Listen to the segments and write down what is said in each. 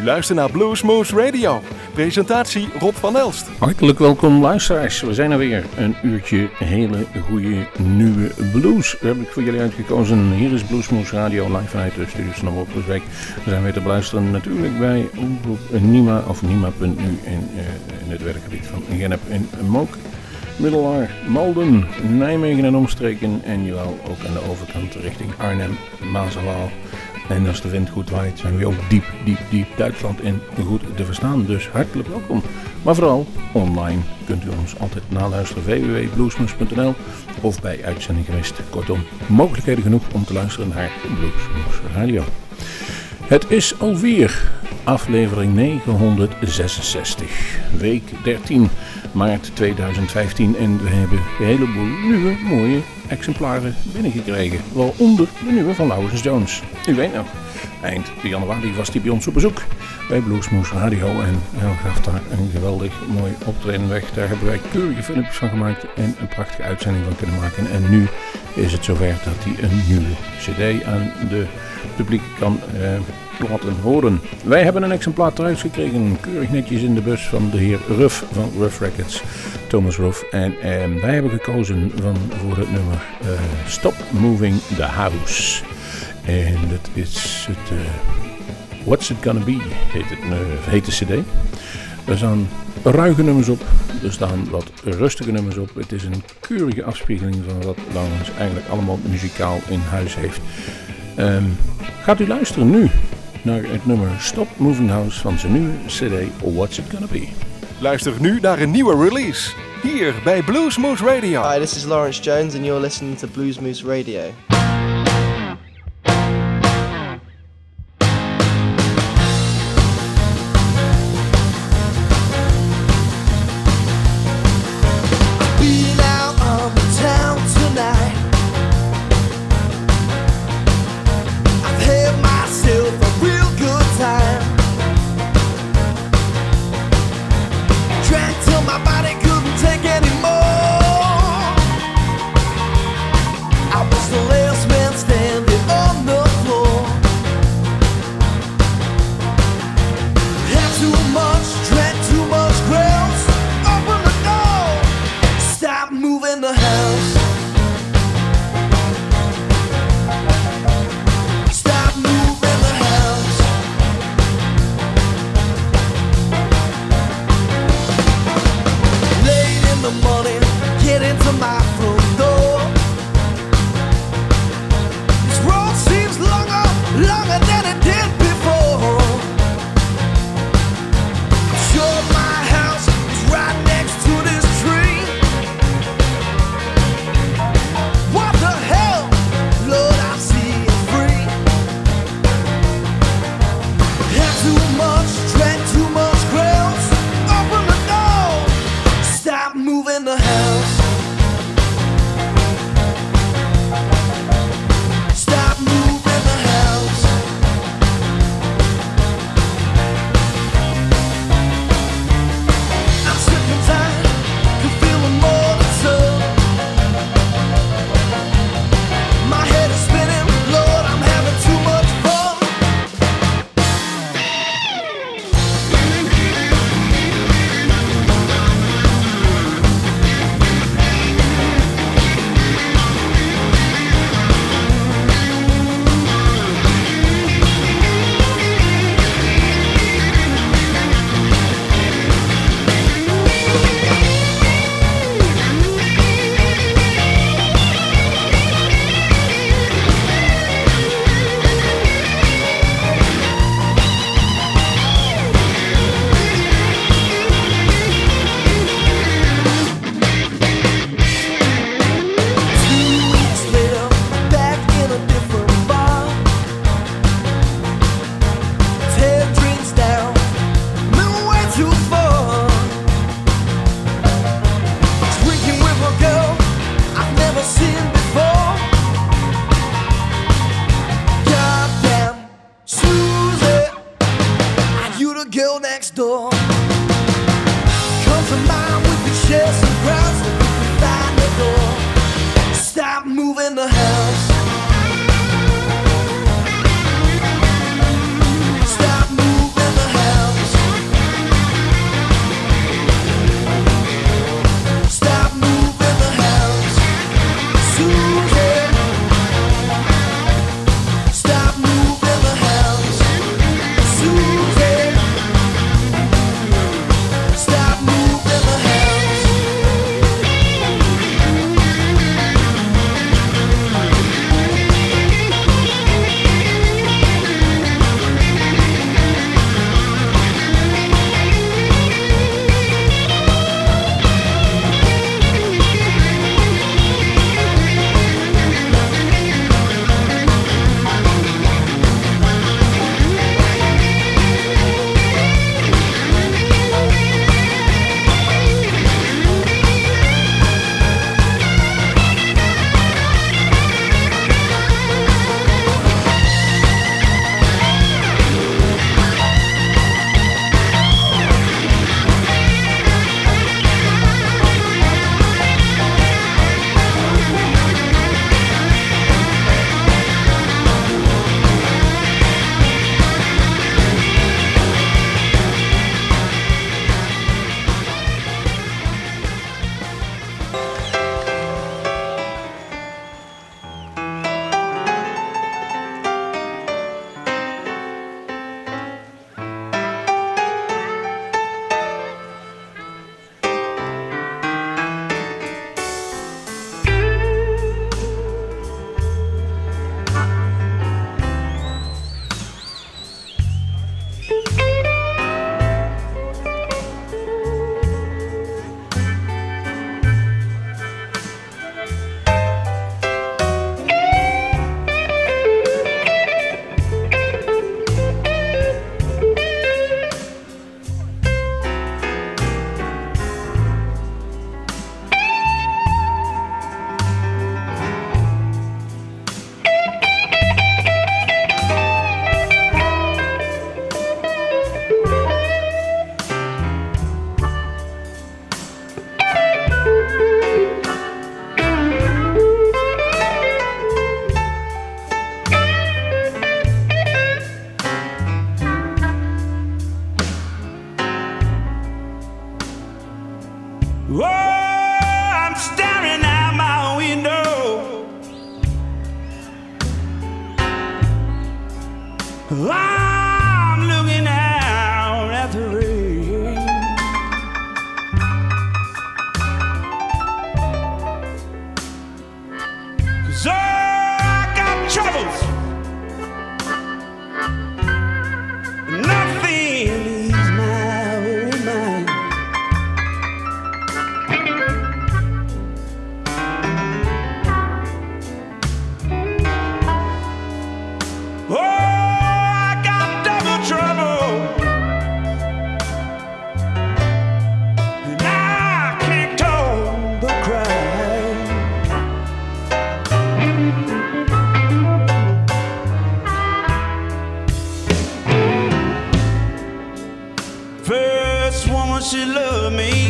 luistert naar Bluesmoose Radio. Presentatie Rob van Elst. Hartelijk welkom luisteraars. We zijn er weer. Een uurtje hele goede nieuwe blues. Dat heb ik voor jullie uitgekozen. Hier is Bluesmoose Radio live vanuit de studios van Bluesweek. We zijn weer te beluisteren natuurlijk bij Omroep Nima of Nima.nu in het werkgebied van Gennep in Mook. Middelaar, Malden, Nijmegen en omstreken en jawel ook aan de overkant richting Arnhem, Maaswaal. En als de wind goed waait zijn we ook diep Duitsland in goed te verstaan. Dus hartelijk welkom. Maar vooral online kunt u ons altijd naluisteren www.bluesmoose.nl of bij uitzending gemist. Kortom, mogelijkheden genoeg om te luisteren naar Bluesmoose Radio. Het is alweer aflevering 966, week 13, maart 2015 en we hebben een heleboel nieuwe mooie exemplaren binnengekregen, waaronder de nieuwe van Laurens Jones. U weet nog, eind januari was hij bij ons op bezoek bij Bluesmoose Radio en hij gaf daar een geweldig mooi optreden weg. Daar hebben wij keurige filmpjes van gemaakt en een prachtige uitzending van kunnen maken. En nu is het zover dat hij een nieuwe cd aan de publiek kan laten horen. Wij hebben een exemplaar thuis gekregen, keurig netjes in de bus van de heer Ruff van Ruff Records, Thomas Ruff. En wij hebben gekozen voor het nummer Stop Moving the House. En dat is het What's It Gonna Be heet de cd. Er staan ruige nummers op, er staan wat rustige nummers op. Het is een keurige afspiegeling van wat Laurens eigenlijk allemaal muzikaal in huis heeft. Gaat u luisteren nu naar het nummer Stop Moving House van zijn nieuwe cd What's It Gonna Be. Luister nu naar een nieuwe release, hier bij Bluesmoose Radio. Hi, this is Lawrence Jones and you're listening to Bluesmoose Radio. Stop moving the house. So I got troubles. Nothing is my worried mind. Oh, I got double trouble, and I can't talk but cry. First woman, she loved me,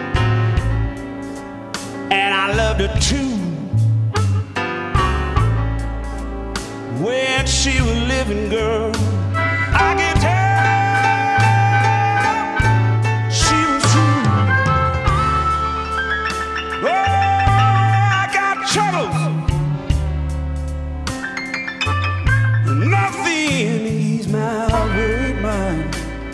and I loved her too. When she was living, girl, I can tell she was true. Oh, I got troubles. Nothing ease my worried mind.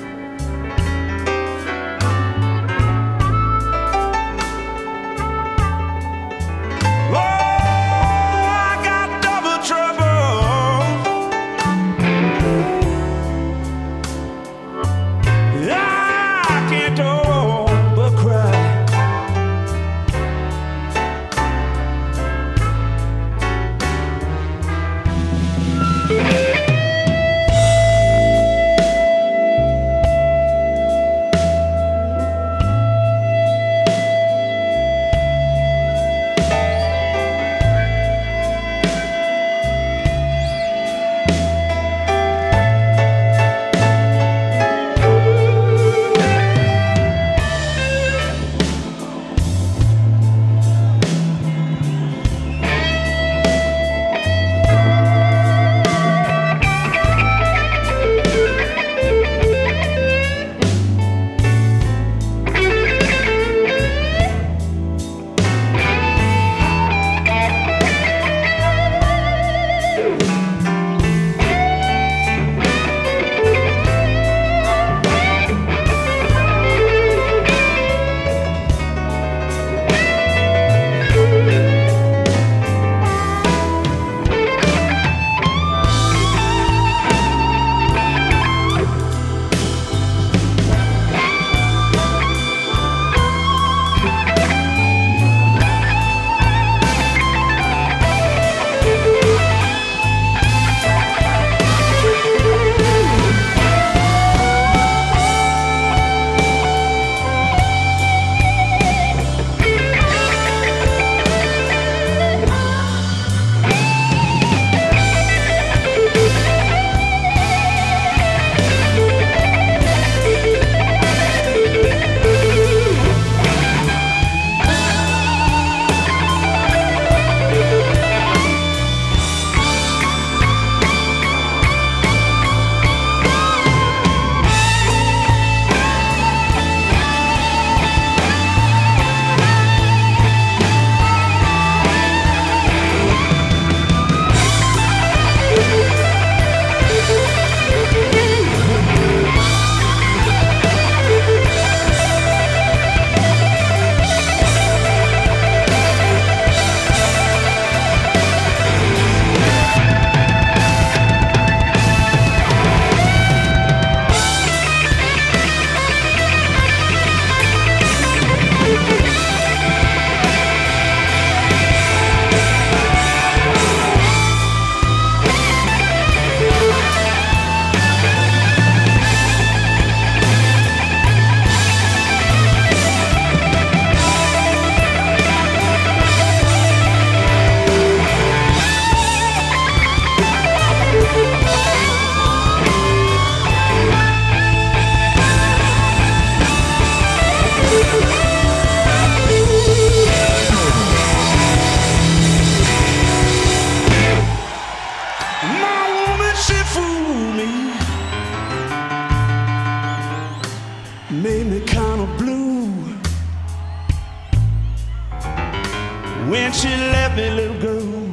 When she left me, little girl,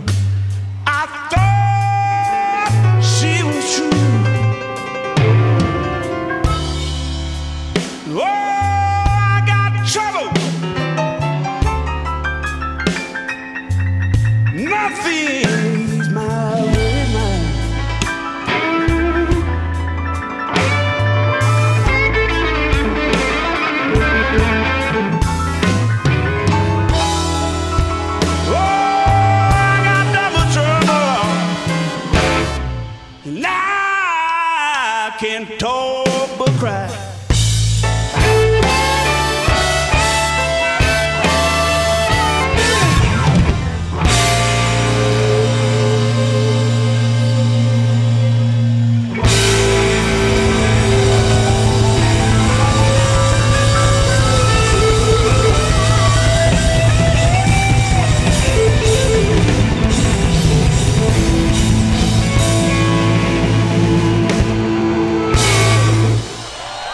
I thought she was true. Oh, I got trouble. Nothing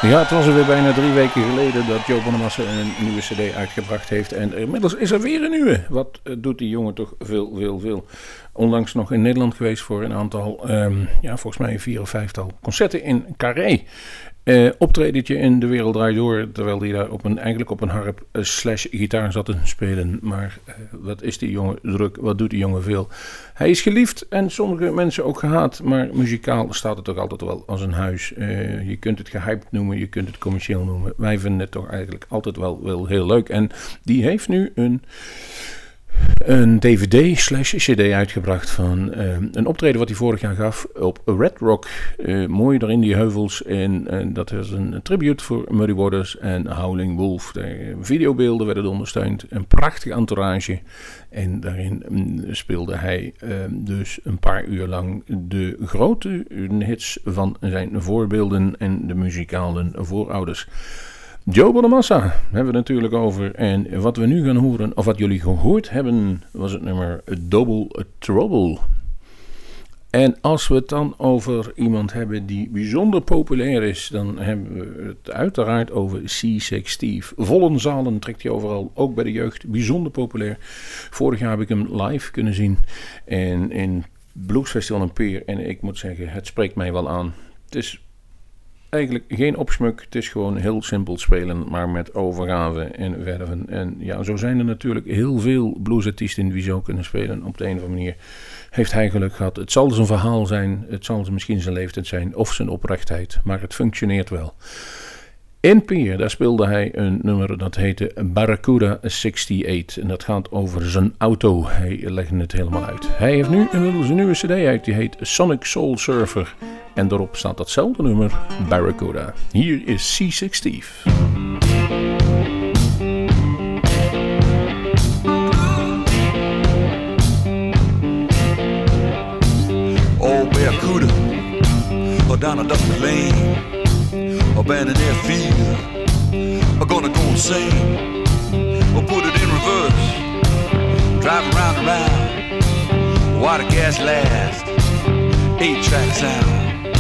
Ja, het was er weer bijna 3 weken geleden dat Joe Bonamassa een nieuwe cd uitgebracht heeft. En inmiddels is er weer een nieuwe. Wat doet die jongen toch veel. Onlangs nog in Nederland geweest voor een aantal, volgens mij 4 of 5 concerten in Carré. Optredentje in De Wereld Draait Door, terwijl hij daar eigenlijk op een harp / gitaar zat te spelen. Maar wat is die jongen druk, wat doet die jongen veel. Hij is geliefd en sommige mensen ook gehaat, maar muzikaal staat het toch altijd wel als een huis. Je kunt het gehyped noemen, je kunt het commercieel noemen. Wij vinden het toch eigenlijk altijd wel heel leuk. En die heeft nu een DVD / cd uitgebracht van een optreden wat hij vorig jaar gaf op Red Rock. Mooi daar in die heuvels. En dat is een tribute voor Muddy Waters en Howling Wolf. De videobeelden werden ondersteund. Een prachtig entourage. En daarin speelde hij dus een paar uur lang de grote hits van zijn voorbeelden en de muzikale voorouders. Joe Bonamassa hebben we het natuurlijk over. En wat we nu gaan horen, of wat jullie gehoord hebben, was het nummer Double Trouble. En als we het dan over iemand hebben die bijzonder populair is, dan hebben we het uiteraard over C6 Steve. Volle zalen trekt hij overal, ook bij de jeugd, bijzonder populair. Vorig jaar heb ik hem live kunnen zien in Bluesfestival in Peer. En ik moet zeggen, het spreekt mij wel aan. Het is eigenlijk geen opsmuk, het is gewoon heel simpel spelen, maar met overgave en verven. En ja, zo zijn er natuurlijk heel veel bluesartiesten die zo kunnen spelen. Op de een of andere manier heeft hij geluk gehad. Het zal zijn verhaal zijn, het zal misschien zijn leeftijd zijn of zijn oprechtheid, maar het functioneert wel. In Peer, daar speelde hij een nummer dat heette Barracuda 68. En dat gaat over zijn auto. Hij legde het helemaal uit. Hij heeft nu inmiddels een nieuwe cd uit. Die heet Sonic Soul Surfer. En daarop staat datzelfde nummer, Barracuda. Hier is C6 Steve. Old Barracuda, or down a dusty lane, abandoned airfield, are gonna go insane, or put it in reverse, drive round and round, while the gas lasts, 8-track sound.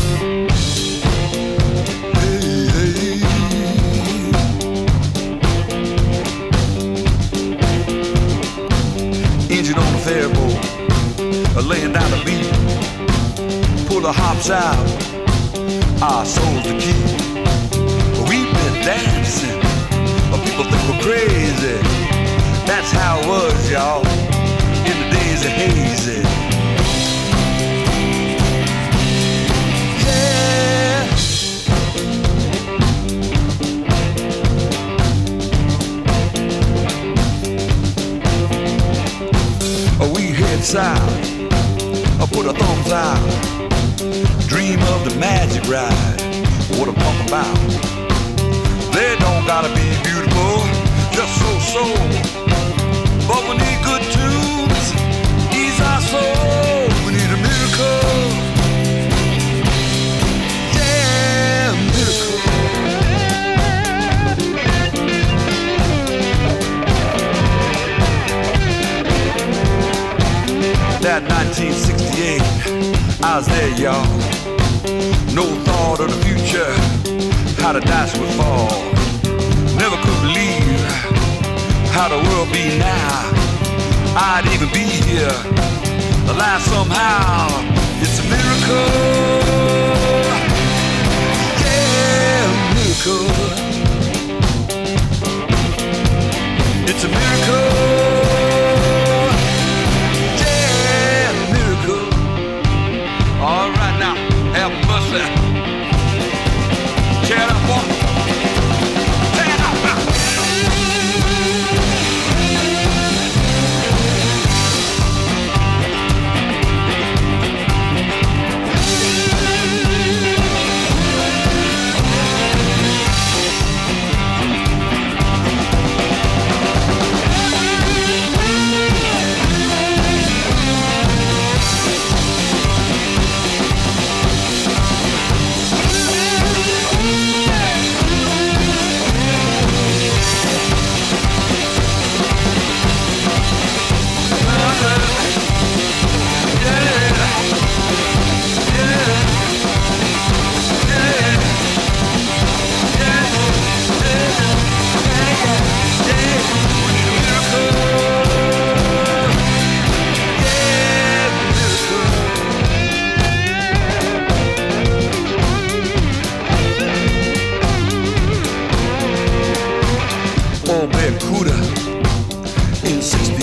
Engine on the fairboat, laying down the beat. Pull the hops out, our souls to keep. We've been dancing, but people think we're crazy. That's how it was, y'all, in the days of hazy. We head south, put our thumbs out, dream of the magic ride, what I'm talking about. They don't gotta be beautiful, just so, but we need good tunes, ease our soul, we need a miracle, yeah, miracle. That 1968, I was there, y'all. No thought of the future, how the dice would fall. Never could believe how the world be now. I'd even be here, alive somehow. It's a miracle, yeah, a miracle. It's a miracle. All right now, have mercy. Tear it up, boy. Tear it up now.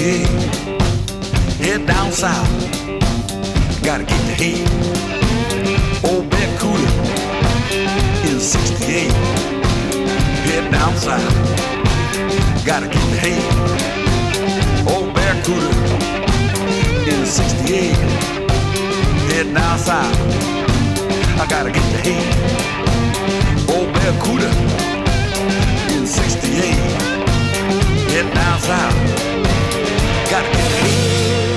68. Head down south, gotta get the hay. Old Barracuda in 68. Head down south, gotta get the hay. Old Barracuda in 68. Head down south, I gotta get the hay. Old Barracuda in 68. Head down south, gotta get the hay.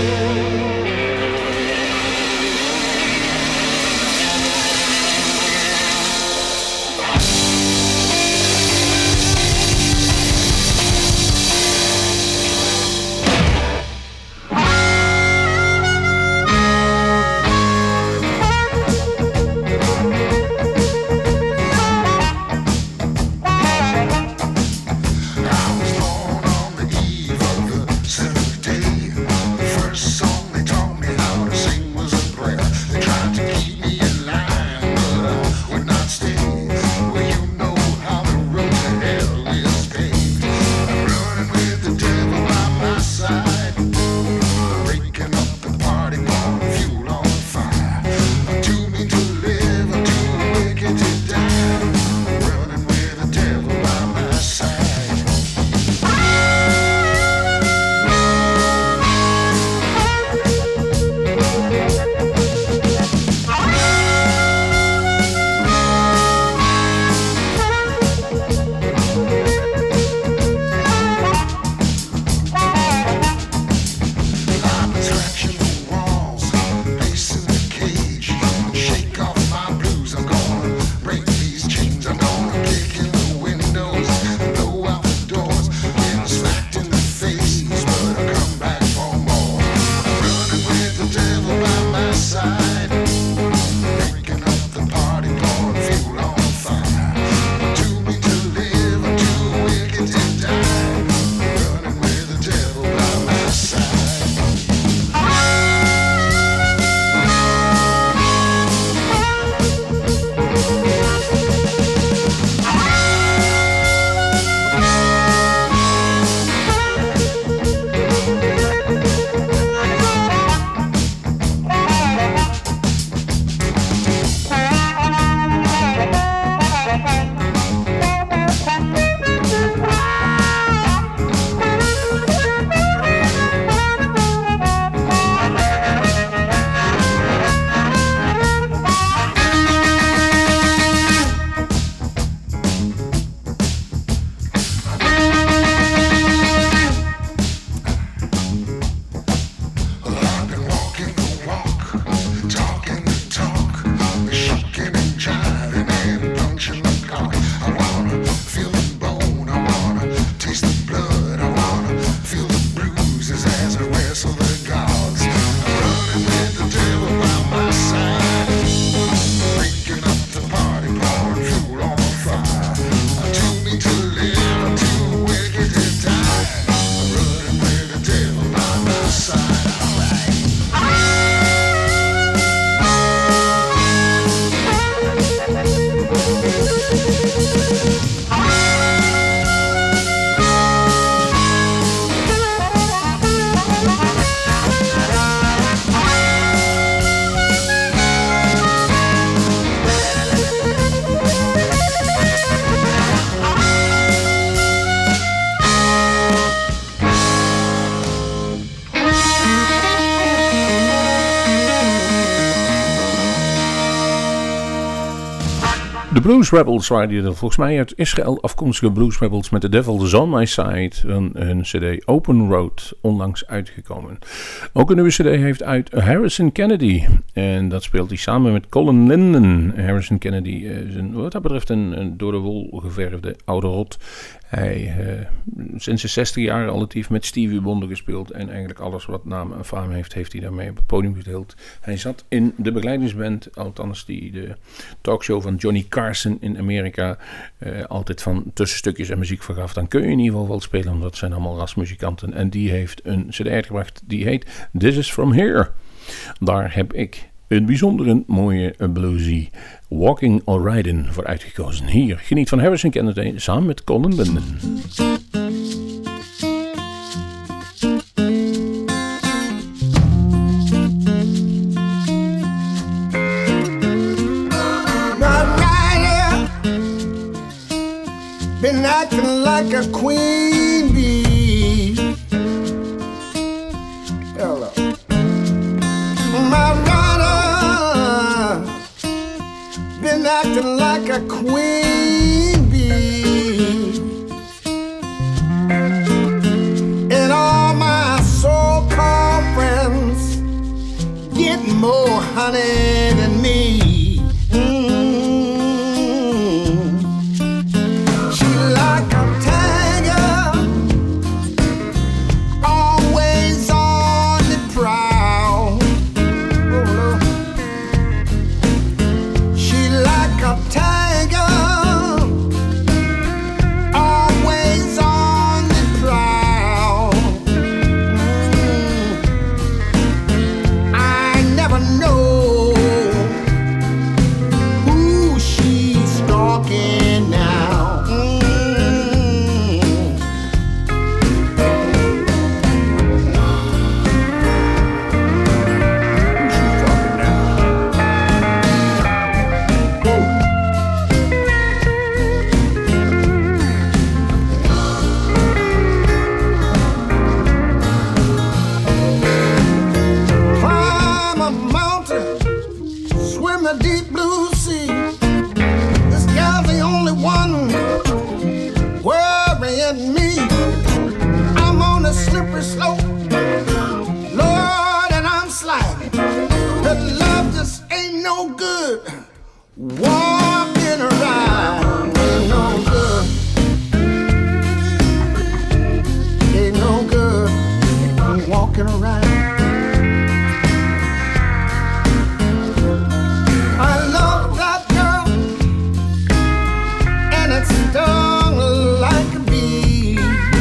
De Blues Rebels waren er volgens mij uit Israël afkomstige Blues Rebels met The Devil is on My Side. Hun cd Open Road, onlangs uitgekomen. Ook een nieuwe cd heeft uit Harrison Kennedy. En dat speelt hij samen met Colin Linden. Harrison Kennedy is wat dat betreft een door de wol geverfde oude rot. Hij sinds de 60 jaar al actief met Stevie Wonder gespeeld. En eigenlijk alles wat naam en faam heeft, heeft hij daarmee op het podium gedeeld. Hij zat in de begeleidingsband, althans de talkshow van Johnny Carson in Amerika. Altijd van tussenstukjes en muziek vergaf. Dan kun je in ieder geval wel spelen, omdat het zijn allemaal rasmuzikanten. En die heeft een cd uitgebracht die heet This Is From Here. Daar heb ik een bijzondere mooie bluesy Walking or Riding voor uitgekozen. Hier, geniet van Harrison Kennedy samen met Colin Linden. acting like a queen bee. Hello. My rider been acting like a queen bee. And all my so-called friends get more honey than me. Walking around ain't no good. Ain't no good. I'm walking around. I love that girl, and it stung like a bee.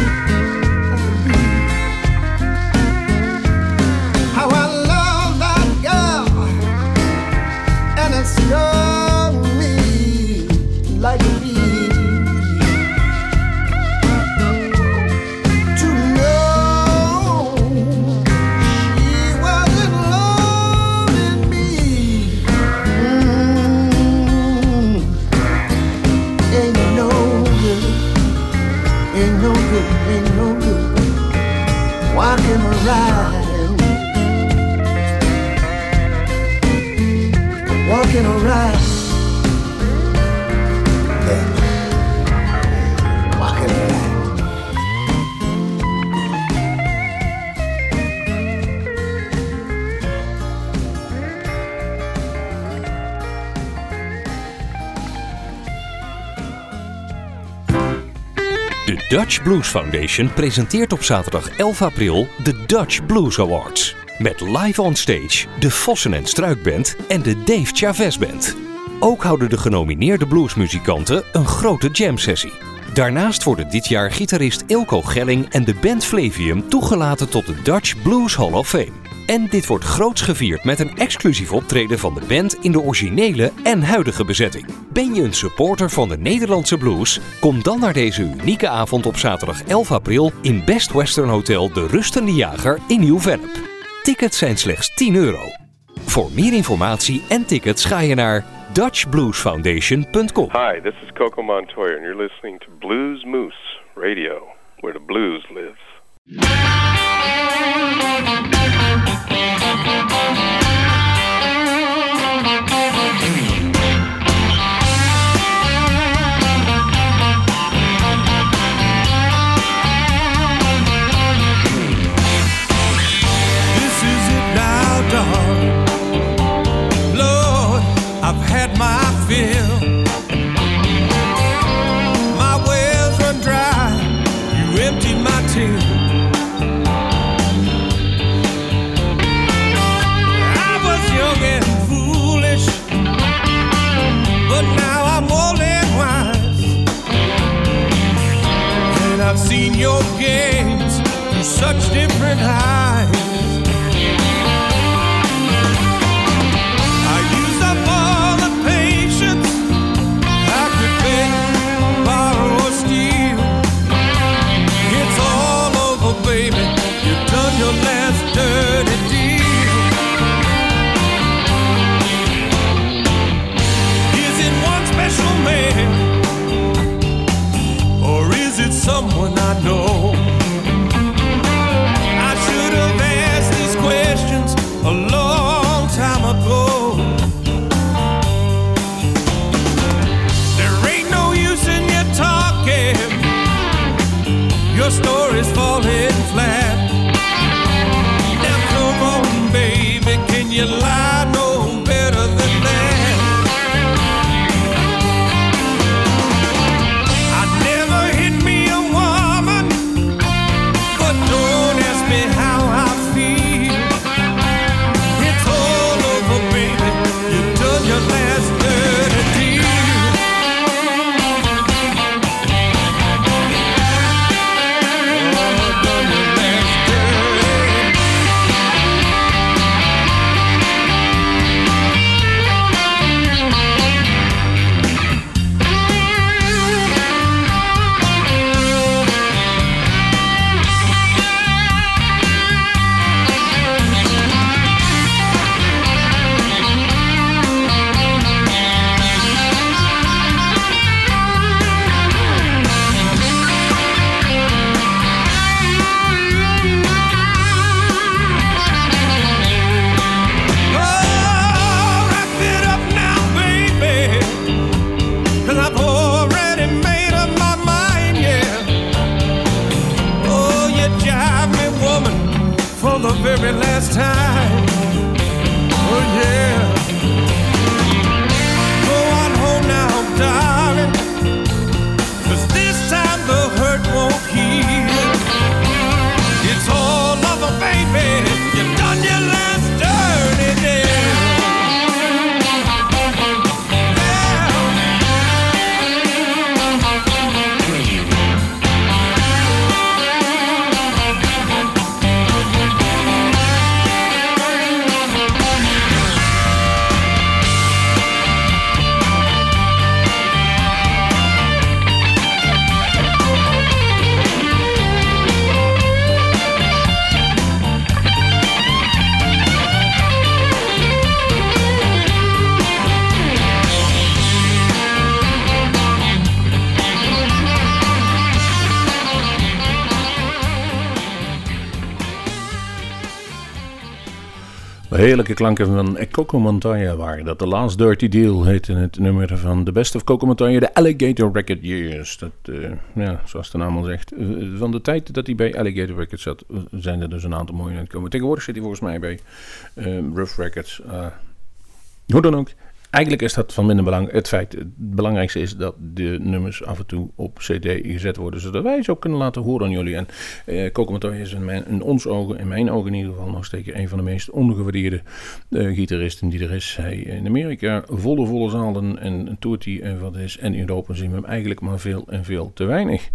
How I love that girl, and it stung like a bee. To know she wasn't loving me. Ain't no good, ain't no good, ain't no good. Walking around, walking around. De Dutch Blues Foundation presenteert op zaterdag 11 april de Dutch Blues Awards. Met live on stage de Vossen en Struik Band en de Dave Chavez Band. Ook houden de genomineerde bluesmuzikanten een grote jam-sessie. Daarnaast worden dit jaar gitarist Ilko Gelling en de band Flavium toegelaten tot de Dutch Blues Hall of Fame. En dit wordt groots gevierd met een exclusief optreden van de band in de originele en huidige bezetting. Ben je een supporter van de Nederlandse blues? Kom dan naar deze unieke avond op zaterdag 11 april in Best Western Hotel De Rustende Jager in Nieuw-Vennep. Tickets zijn slechts €10. Voor meer informatie en tickets ga je naar dutchbluesfoundation.com. Hi, this is Coco Montoya and you're listening to Blues Moose Radio, where the blues lives. This is it now, darling. Lord, I've had my fill. My wells run dry. You emptied my till. I was young and foolish, but now I'm old and wise. And I've seen your games through such different eyes. I used up all the patience I could beg, borrow or steal. It's all over, baby. You've done your last dirty deal. Is it one special man, or is and I know I should have asked these questions a long time ago. There ain't no use in you talking, your story's falling flat. Now come on baby, can you lie no better than that? Very last time, oh yeah. Go on home now, darling, 'cause this time the hurt won't heal. It's all over, baby, you've done your last dirty deal. Heerlijke klanken van Coco Montoya waren dat. The Last Dirty Deal heette het nummer van The Best of Coco Montoya, de Alligator Record Years. Dat, ja, zoals de naam al zegt, van de tijd dat hij bij Alligator Records zat, zijn er dus een aantal mooie uitgekomen. Tegenwoordig zit hij volgens mij bij Rough Records. Hoe dan ook. Eigenlijk is dat van minder belang. Het belangrijkste is dat de nummers af en toe op CD gezet worden, zodat wij ze ook kunnen laten horen aan jullie. En Coco Montoya is in ons ogen, in mijn ogen in ieder geval, nog steeds een van de meest ondergewaardeerde gitaristen die er is. Hij in Amerika volle zalen en toert hij en wat is. En in Europa zien we hem eigenlijk maar veel en veel te weinig.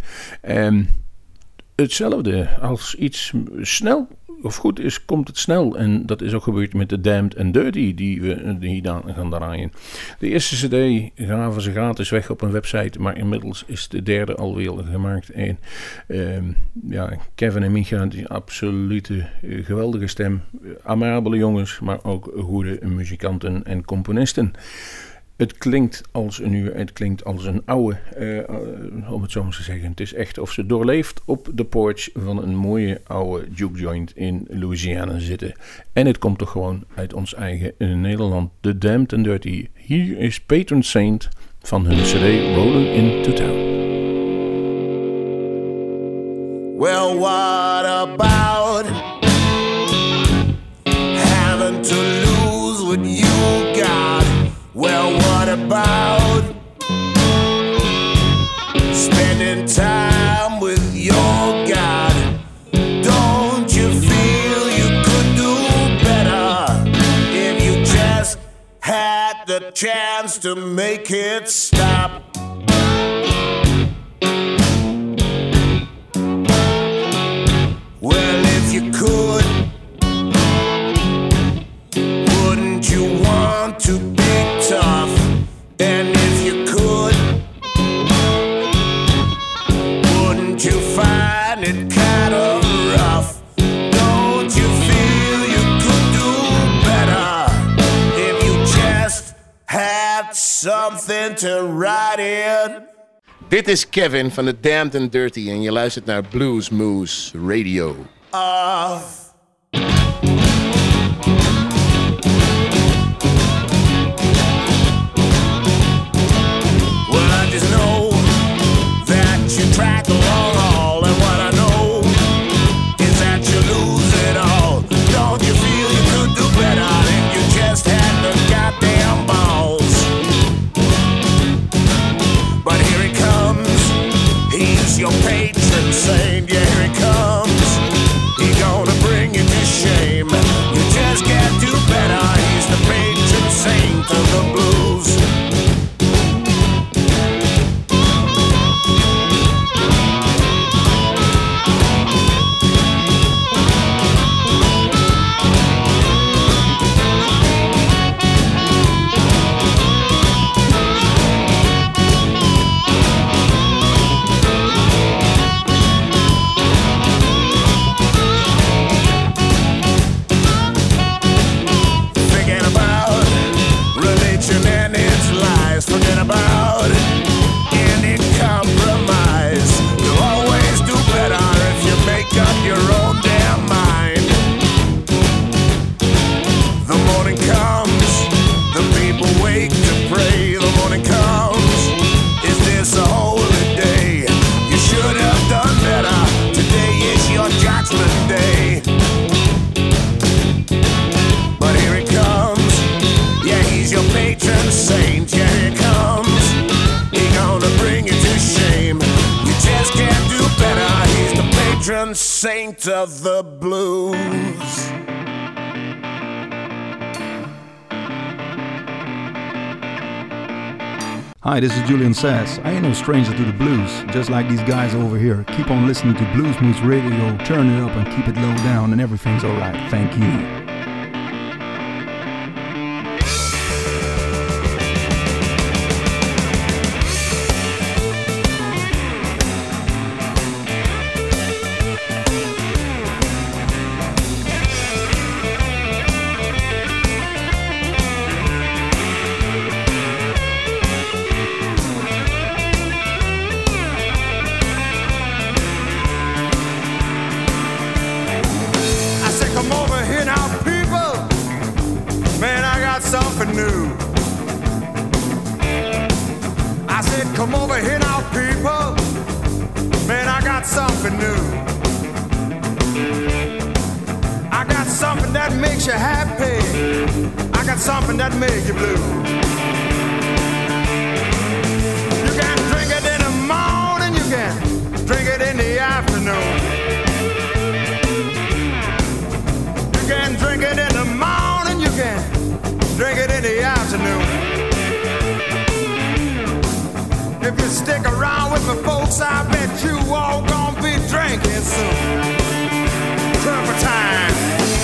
Hetzelfde als iets snel of goed is, komt het snel. En dat is ook gebeurd met de Damned and Dirty die we hier gaan draaien. De eerste cd gaven ze gratis weg op een website, maar inmiddels is de derde alweer gemaakt. En Kevin en Micha, die absolute geweldige stem. Amabele jongens, maar ook goede muzikanten en componisten. Het klinkt als een uur, het klinkt als een oude, om het zo maar te zeggen. Het is echt of ze doorleeft op de porch van een mooie oude juke joint in Louisiana zitten. En het komt toch gewoon uit ons eigen Nederland. The Damned and Dirty. Hier is Patron Saint van hun cd Rolling Into Town. Well, what about having to lose what you got? Well, what about spending time with your God? Don't you feel you could do better if you just had the chance to make it stop? Well, if you could, wouldn't you want to be tough? And if you could, wouldn't you find it kind of rough? Don't you feel you could do better if you just had something to write in? Dit is Kevin van de Damned and Dirty en je luistert naar Blues Moose Radio. Well, I just know that you track along all, and what I know is that you lose it all. Don't you feel you could do better if you just had the goddamn balls? But here he comes, he's your patron saint. Yeah, here he comes, he's gonna bring you to shame. You just can't do better, he's the patron saint of the blues. Forget about any compromise. You'll always do better if you make up your own damn mind. The morning comes, the people wake to pray. The morning comes, is this a holy day? You should have done better. Today is your judgment day. But here he comes, yeah, he's your patron saint. Yeah, here he comes, he's gonna bring you to shame. You just can't do better, he's the patron saint of the blues. Hi, this is Julian Sass. I ain't no stranger to the blues, just like these guys over here. Keep on listening to Blues Moose Radio, turn it up and keep it low down and everything's alright. Thank you. Something that made you blue. You can drink it in the morning, you can drink it in the afternoon. You can drink it in the morning, you can drink it in the afternoon. If you stick around with me, folks, I bet you all gonna be drinking soon. Turpentine.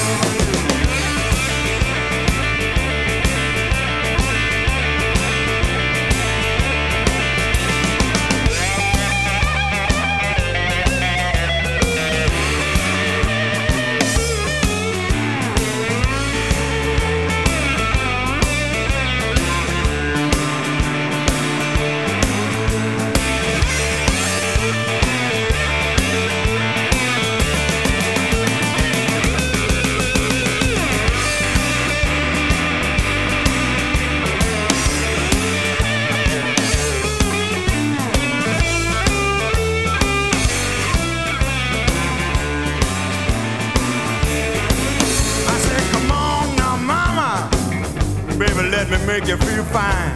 Make you feel fine.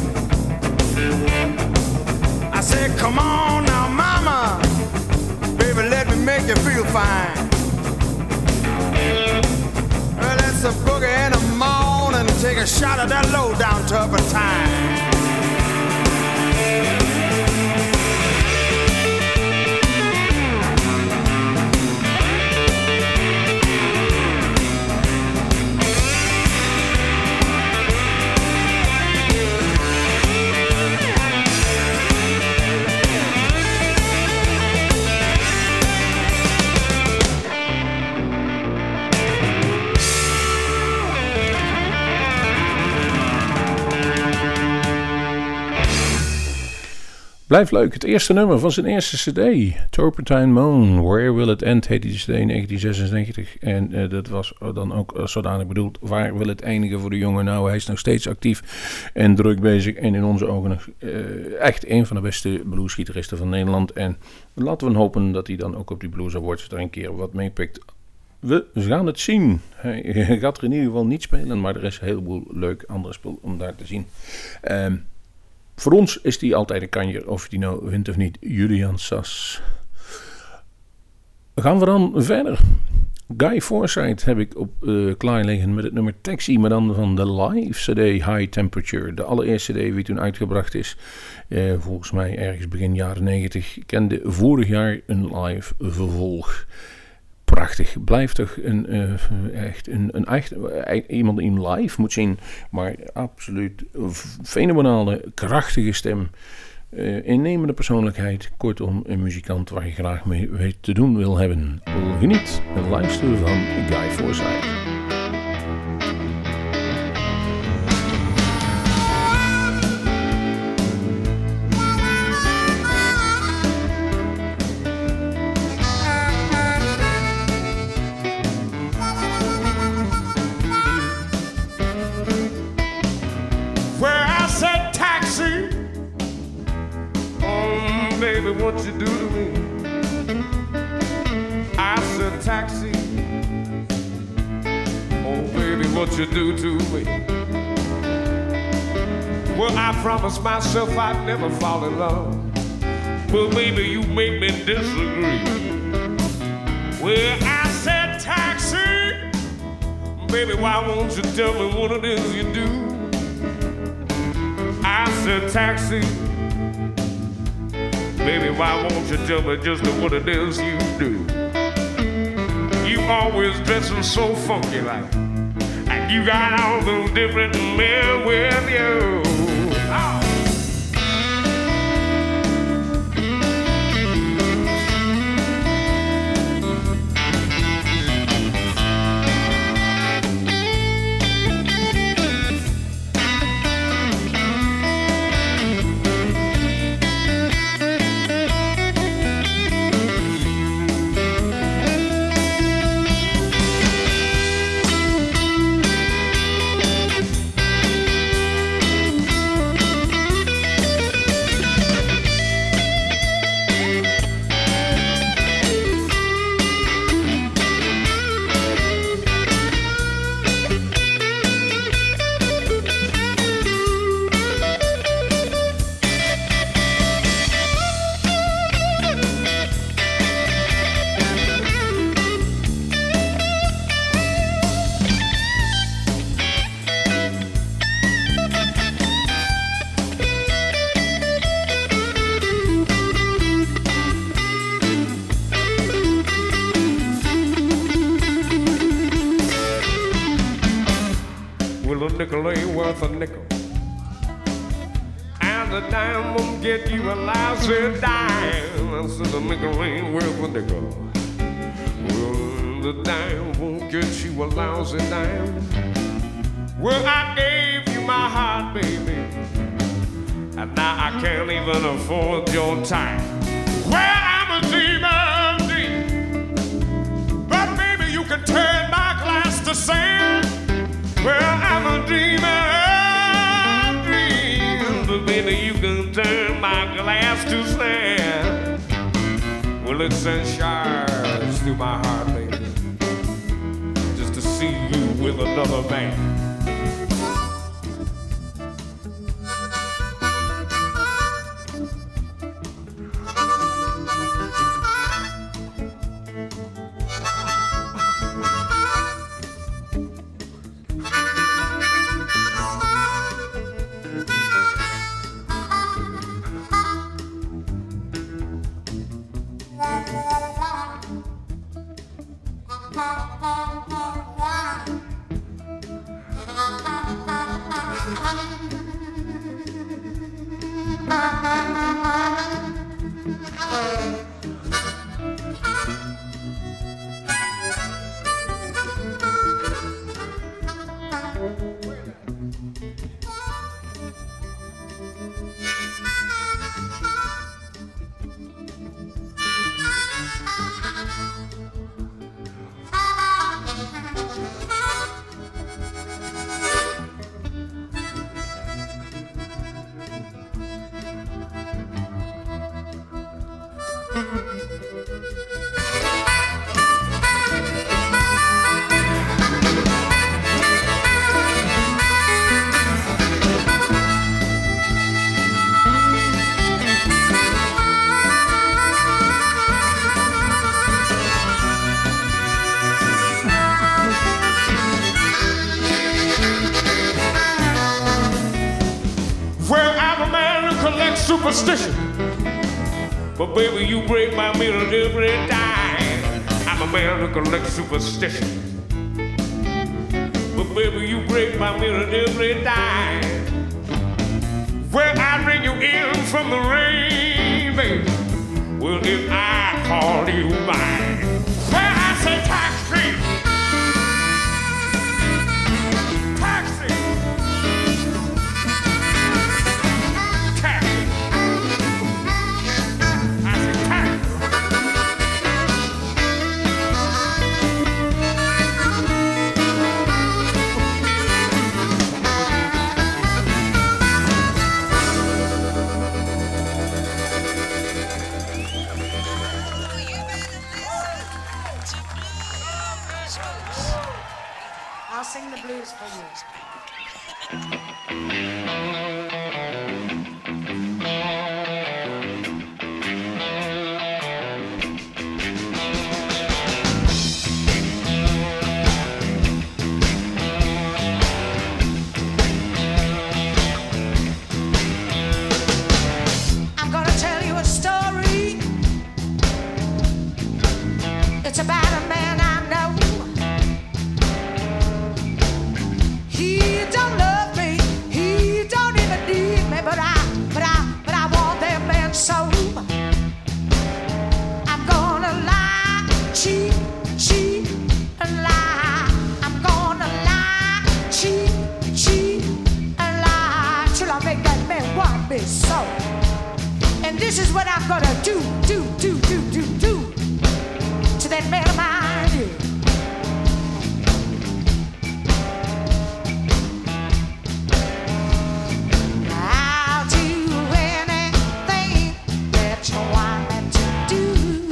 I said, come on now, mama, baby, let me make you feel fine. Well, let's a boogie in the morning and take a shot of that low down turpentine. Blijft leuk. Het eerste nummer van zijn eerste cd. Turpentine Moon. Where Will It End heette die cd in 1996. En dat was dan ook zodanig bedoeld. Waar wil het eindigen voor de jongen? Nou, hij is nog steeds actief en druk bezig. En in onze ogen nog echt een van de beste bluesgitaristen van Nederland. En laten we hopen dat hij dan ook op die Blues Awards er een keer wat meepikt. We gaan het zien. Hij gaat er in ieder geval niet spelen. Maar er is een heleboel leuk andere spul om daar te zien. Voor ons is die altijd een kanjer, of je die nou wint of niet. Julian Sas. Gaan we dan verder. Guy Forsyth heb ik op klaar liggen met het nummer Taxi, maar dan van de live CD High Temperature. De allereerste CD die toen uitgebracht is. Volgens mij ergens begin jaren 90. Kende vorig jaar een live vervolg. Prachtig. Blijft toch iemand die hem live moet zien. Maar absoluut fenomenale, krachtige stem. Innemende persoonlijkheid. Kortom, een muzikant waar je graag mee te doen wil hebben. Geniet en luister van Guy Forsyth. What you do to me? I said taxi. Oh baby, what you do to me? Well, I promised myself I'd never fall in love, but baby, you make me disagree. Well, I said taxi. Baby, why won't you tell me what it is you do? I said taxi. Baby, why won't you tell me just what it is you do? You always dressing so funky like, and you got all those different men with you. Oh. Nickel ain't worth a nickel, and the dime won't get you a lousy dime. I said the nickel ain't worth a nickel. Well, the dime won't get you a lousy dime. Well, I gave you my heart, baby, and now I can't even afford your time. Well, I'm a dreamer, but baby, you can turn my glass to sand. Well, I'm a dreamer, but baby, you can turn my glass to sand. Well, it sends showers through my heart, baby, just to see you with another man. superstition. But baby, you break my mirror every time. I'm a man who collects superstition. But baby, you break my mirror every time. Well, I bring you in from the rain, baby. Well, if I call you mine, well, I say taxi. Taxi. Taxi. I say taxi. I'll sing the blues for you. I'm gonna tell you a story. It's about a man I know. He don't love me, he don't even need me, but I want that man's soul. I'm gonna lie, cheat, and lie. I'm gonna lie, cheat, and lie till I make that man want me so. And this is what I'm gonna do to that man of mine. Yeah. I'll do anything that you want me to do.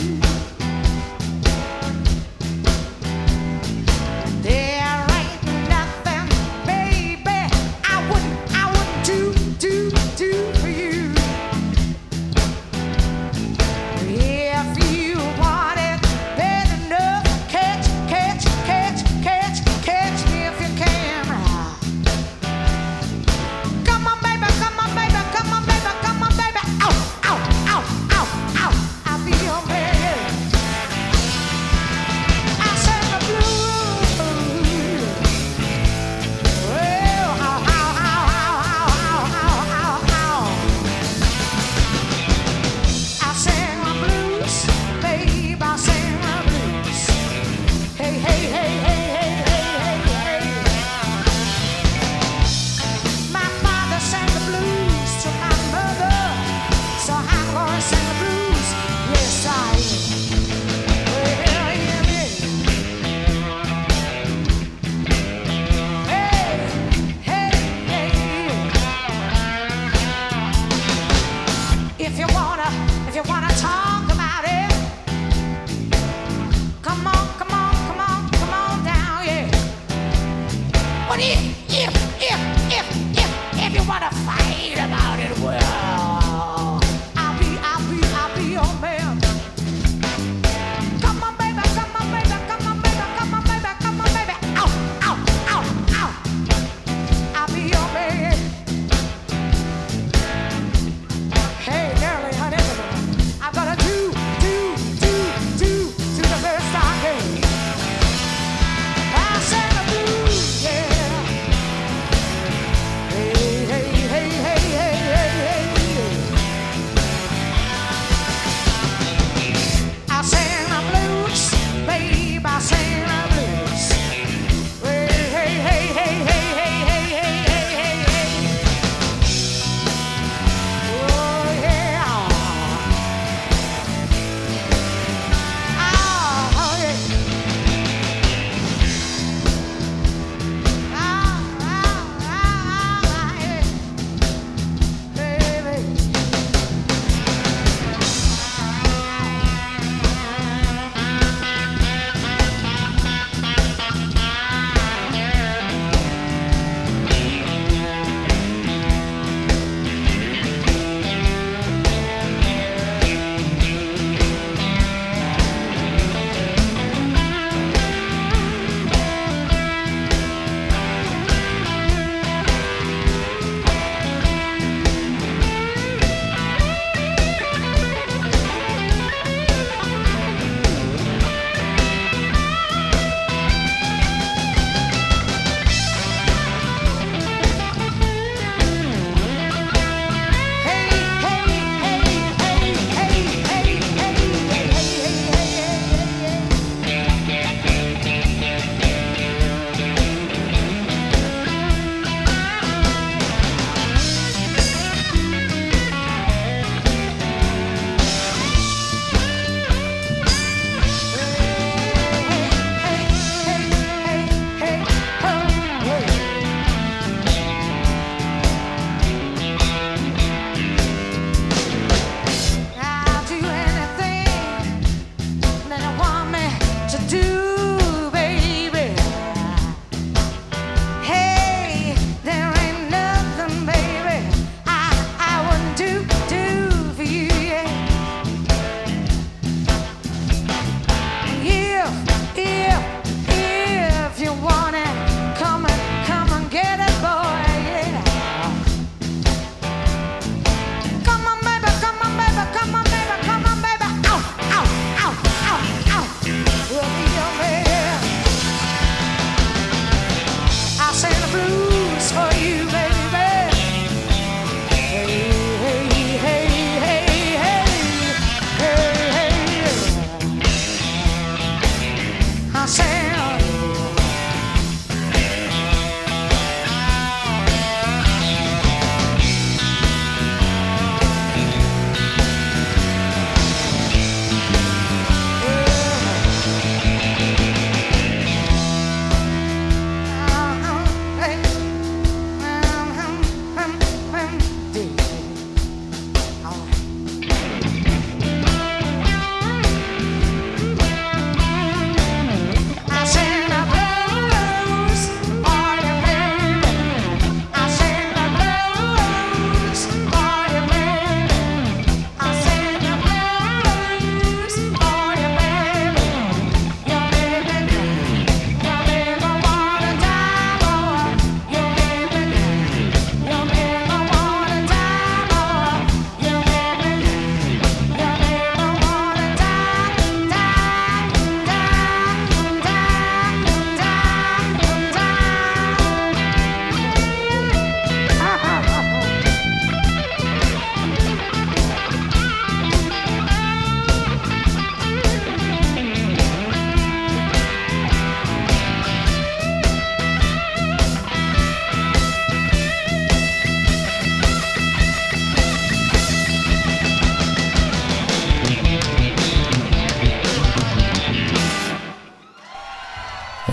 There ain't nothing, baby, I wouldn't do for you.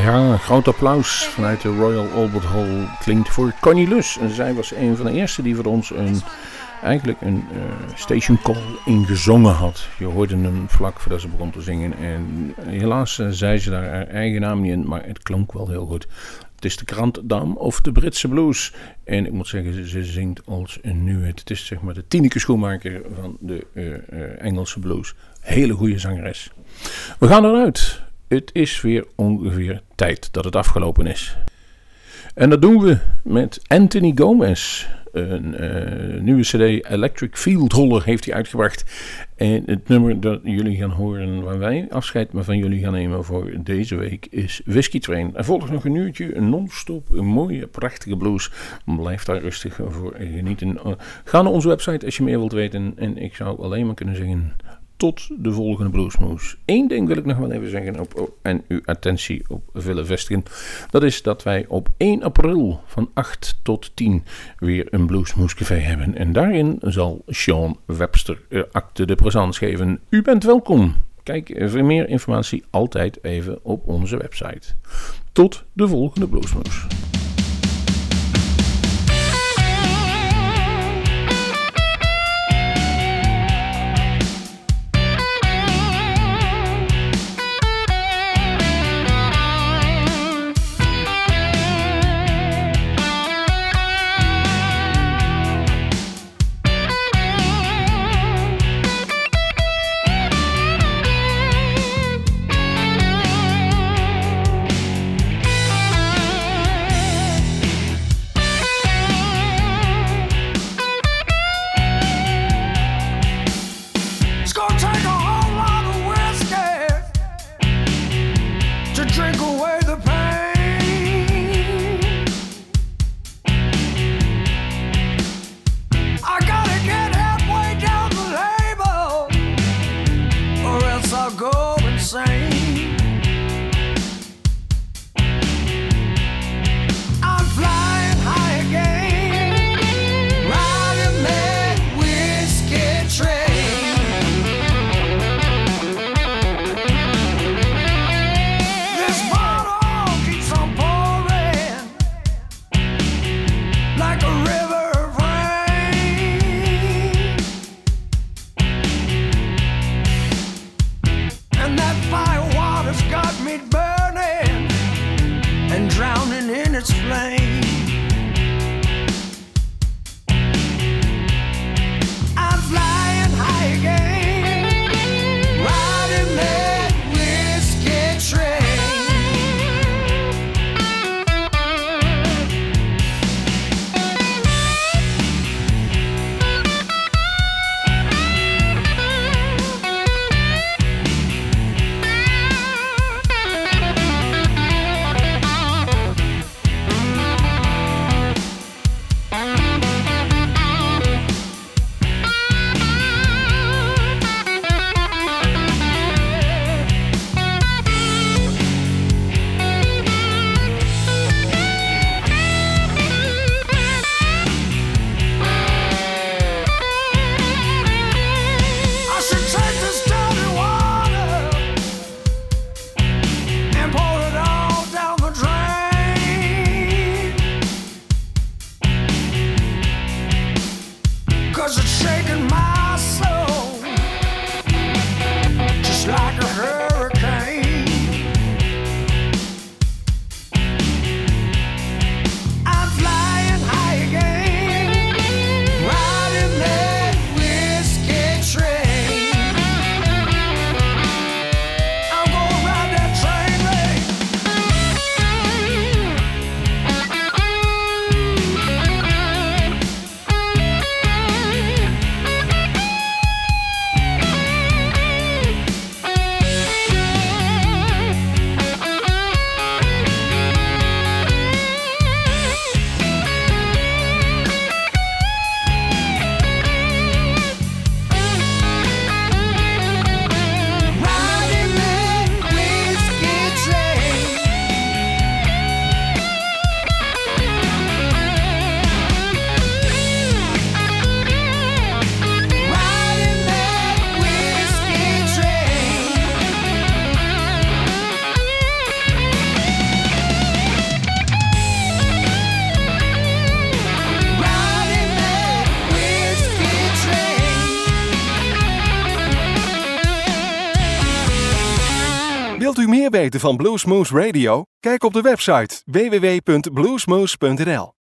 Ja, groot applaus vanuit de Royal Albert Hall klinkt voor Connie Lus. En zij was een van de eerste die voor ons eigenlijk een station call ingezongen had. Je hoorde hem vlak voordat ze begon te zingen. En helaas zei ze daar haar eigen naam niet in, maar het klonk wel heel goed. Het is de Grande Dame of de Britse blues. En ik moet zeggen, ze zingt als een nieuwheid. Het is zeg maar de Tineke Schoenmaker van de Engelse blues. Hele goede zangeres. We gaan eruit. Het is weer ongeveer tijd dat het afgelopen is. En dat doen we met Anthony Gomez. Een nieuwe cd, Electric Field Holler, heeft hij uitgebracht. En het nummer dat jullie gaan horen, waar wij afscheid van jullie gaan nemen voor deze week, is Whiskey Train. Er volgt nog een uurtje, non-stop, een mooie, prachtige blues. Blijf daar rustig voor genieten. Ga naar onze website als je meer wilt weten. En ik zou alleen maar kunnen zeggen, tot de volgende Bluesmoose. Eén ding wil ik nog wel even zeggen en uw attentie op willen vestigen. Dat is dat wij op 1 april van 8 tot 10 weer een Bluesmoose café hebben. En daarin zal Sean Webster acte de présence geven. U bent welkom. Kijk voor meer informatie altijd even op onze website. Tot de volgende Bluesmoose. Wilt u meer weten van Bluesmoose Radio? Kijk op de website www.bluesmoose.nl.